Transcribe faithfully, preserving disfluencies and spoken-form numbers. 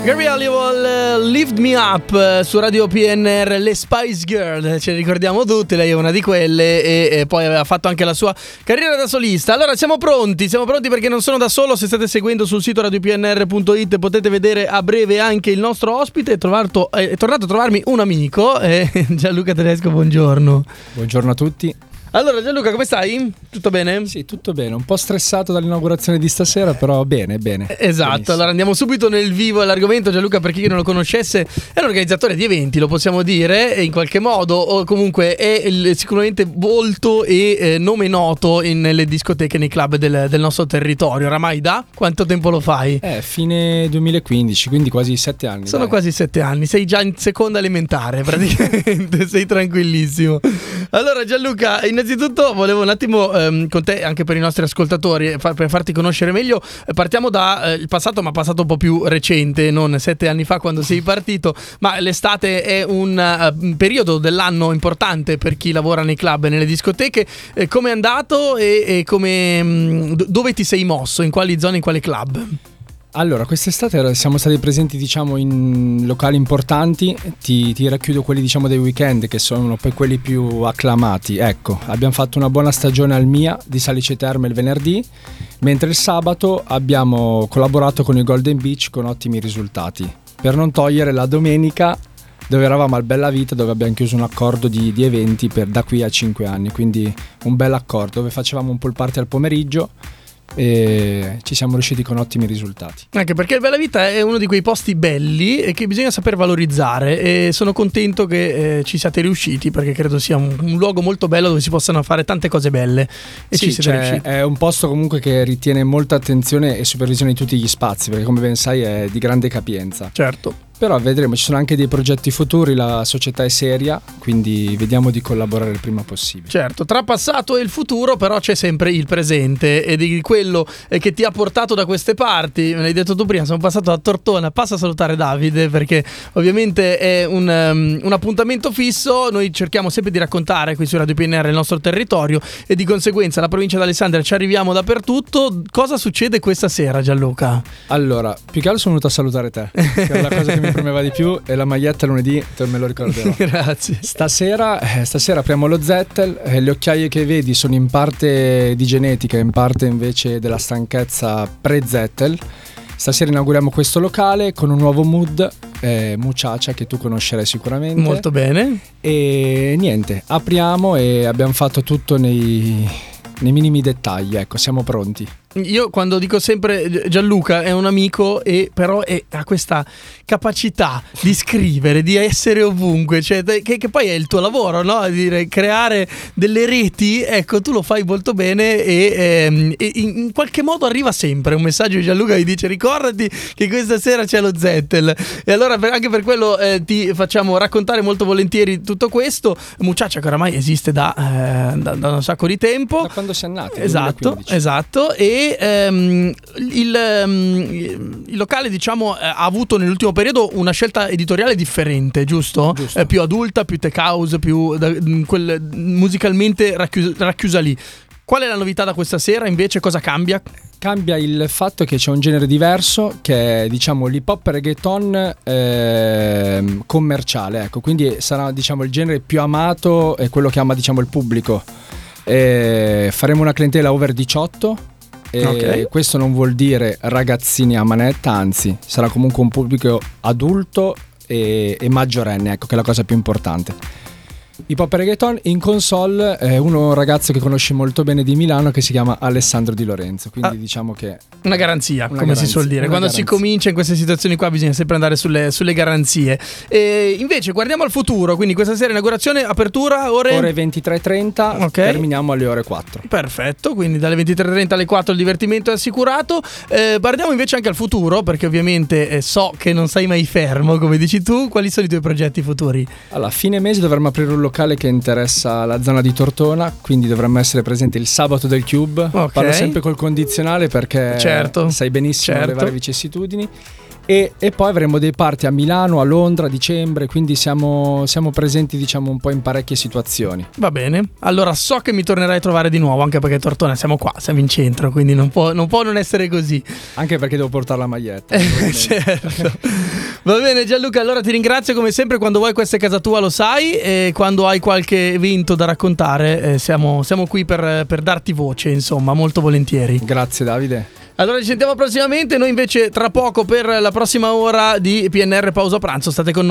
Gary Halliwell, Lift Me Up eh, su Radio P N R, le Spice Girl, ce le ricordiamo tutte, lei è una di quelle e, e poi aveva fatto anche la sua carriera da solista. Allora siamo pronti, siamo pronti perché non sono da solo, se state seguendo sul sito radio p n r punto i t potete vedere a breve anche il nostro ospite, è, trovato, è tornato a trovarmi un amico, eh, Gianluca Tedesco, buongiorno. Buongiorno a tutti. Allora Gianluca, come stai? Tutto bene? Sì, tutto bene, un po' stressato dall'inaugurazione di stasera, però bene, bene. Esatto, benissimo. Allora andiamo subito nel vivo all'argomento. Gianluca, per chi non lo conoscesse, è un organizzatore di eventi, lo possiamo dire, in qualche modo, o comunque è il, sicuramente volto e eh, nome noto in, nelle discoteche, nei club del, del nostro territorio. Oramai da quanto tempo lo fai? Eh, fine duemilaquindici, quindi quasi sette anni. Sono dai. quasi sette anni, sei già in seconda elementare praticamente, sei tranquillissimo. Allora Gianluca, innanzitutto volevo un attimo ehm, con te, anche per i nostri ascoltatori, fa- per farti conoscere meglio, eh, partiamo dal eh, passato, ma passato un po' più recente, non sette anni fa quando sei partito, ma l'estate è un uh, periodo dell'anno importante per chi lavora nei club e nelle discoteche. Eh, come è andato e, e come, mh, dove ti sei mosso, in quali zone, in quali club? Allora, quest'estate siamo stati presenti, diciamo, in locali importanti. Ti, ti racchiudo quelli, diciamo, dei weekend, che sono poi quelli più acclamati. Ecco, abbiamo fatto una buona stagione al Mia di Salice Terme il venerdì, mentre il sabato abbiamo collaborato con il Golden Beach con ottimi risultati. Per non togliere la domenica, dove eravamo al Bella Vita, dove abbiamo chiuso un accordo di, di eventi per da qui a cinque anni, quindi un bel accordo, dove facevamo un pool party al pomeriggio e ci siamo riusciti con ottimi risultati. Anche perché il Bella Vita è uno di quei posti belli e che bisogna saper valorizzare, e sono contento che eh, ci siate riusciti, perché credo sia un, un luogo molto bello dove si possano fare tante cose belle e sì, ci siete cioè, riusciti. È un posto comunque che ritiene molta attenzione e supervisione di tutti gli spazi, perché come ben sai è di grande capienza. Certo. Però vedremo, ci sono anche dei progetti futuri, la società è seria, quindi vediamo di collaborare il prima possibile. Certo, tra passato e il futuro però c'è sempre il presente, e di quello che ti ha portato da queste parti. Me l'hai detto tu prima, sono passato da Tortona, passa a salutare Davide, perché ovviamente è un, um, un appuntamento fisso. Noi cerchiamo sempre di raccontare qui su Radio P N R il nostro territorio e di conseguenza la provincia di Alessandria ci arriviamo dappertutto. Cosa succede questa sera, Gianluca? Allora, più che altro sono venuto a salutare te, che è la cosa che mi premeva di più, e la maglietta lunedì te me lo ricorderò. Grazie. Stasera, eh, stasera apriamo lo Zettel, eh, le occhiaie che vedi sono in parte di genetica, in parte invece della stanchezza pre-Zettel. Stasera inauguriamo questo locale con un nuovo mood, eh, Muchacha, che tu conoscerai sicuramente. Molto bene. E niente, apriamo e abbiamo fatto tutto nei, nei minimi dettagli, ecco, siamo pronti. Io quando dico sempre Gianluca è un amico, e però è, ha questa capacità di scrivere, di essere ovunque, cioè che, che poi è il tuo lavoro, no? Dire, creare delle reti. Ecco, tu lo fai molto bene e, ehm, e in qualche modo arriva sempre un messaggio di Gianluca che dice: ricordati che questa sera c'è lo Zettel. E allora per, anche per quello eh, ti facciamo raccontare molto volentieri tutto questo. Muchacha, che oramai esiste da, eh, da, da un sacco di tempo, da quando siamo nati. Esatto, esatto. E E ehm, il, um, il locale, diciamo, ha avuto nell'ultimo periodo una scelta editoriale differente, giusto? Giusto. Eh, più adulta, più tech house, più da, quel, musicalmente racchiusa, racchiusa lì. Qual è la novità da questa sera invece? Cosa cambia? Cambia il fatto che c'è un genere diverso, che è, diciamo, l'hip hop reggaeton eh, commerciale, ecco, quindi sarà, diciamo, il genere più amato e quello che ama, diciamo, il pubblico. E faremo una clientela over diciotto. E okay. Questo non vuol dire ragazzini a manetta, anzi sarà comunque un pubblico adulto e, e maggiorenne, ecco, che è la cosa più importante. Hip Hop Reggaeton in console è uno ragazzo che conosci molto bene di Milano, che si chiama Alessandro Di Lorenzo, quindi ah, diciamo che una garanzia, una come garanzia, si suol dire. Quando garanzia. Si comincia in queste situazioni qua bisogna sempre andare sulle, sulle garanzie. E invece guardiamo al futuro, quindi questa sera inaugurazione, apertura ore ore ventitré e trenta, okay. Terminiamo alle ore quattro. Perfetto, quindi dalle ventitré e trenta alle quattro il divertimento è assicurato. Eh, guardiamo invece anche al futuro, perché ovviamente eh, so che non sei mai fermo, come dici tu. Quali sono i tuoi progetti futuri? Allora, a fine mese dovremmo aprire un locale che interessa la zona di Tortona, quindi dovremmo essere presenti il sabato del Cube. Okay. Parlo sempre col condizionale perché certo. Sai benissimo certo. le varie vicissitudini. e, e poi avremo dei party a Milano, a Londra a dicembre, quindi siamo, siamo presenti diciamo un po' in parecchie situazioni. Va bene, allora so che mi tornerai a trovare di nuovo, anche perché Tortona siamo qua, siamo in centro, quindi non può non, può non essere così. Anche perché devo portare la maglietta. Eh, certo. Va bene Gianluca, allora ti ringrazio come sempre, quando vuoi questa è casa tua lo sai, e quando hai qualche evento da raccontare eh, siamo, siamo qui per, per darti voce, insomma, molto volentieri. Grazie Davide. Allora ci sentiamo prossimamente, noi invece tra poco per la prossima ora di P N R Pausa Pranzo, state con noi.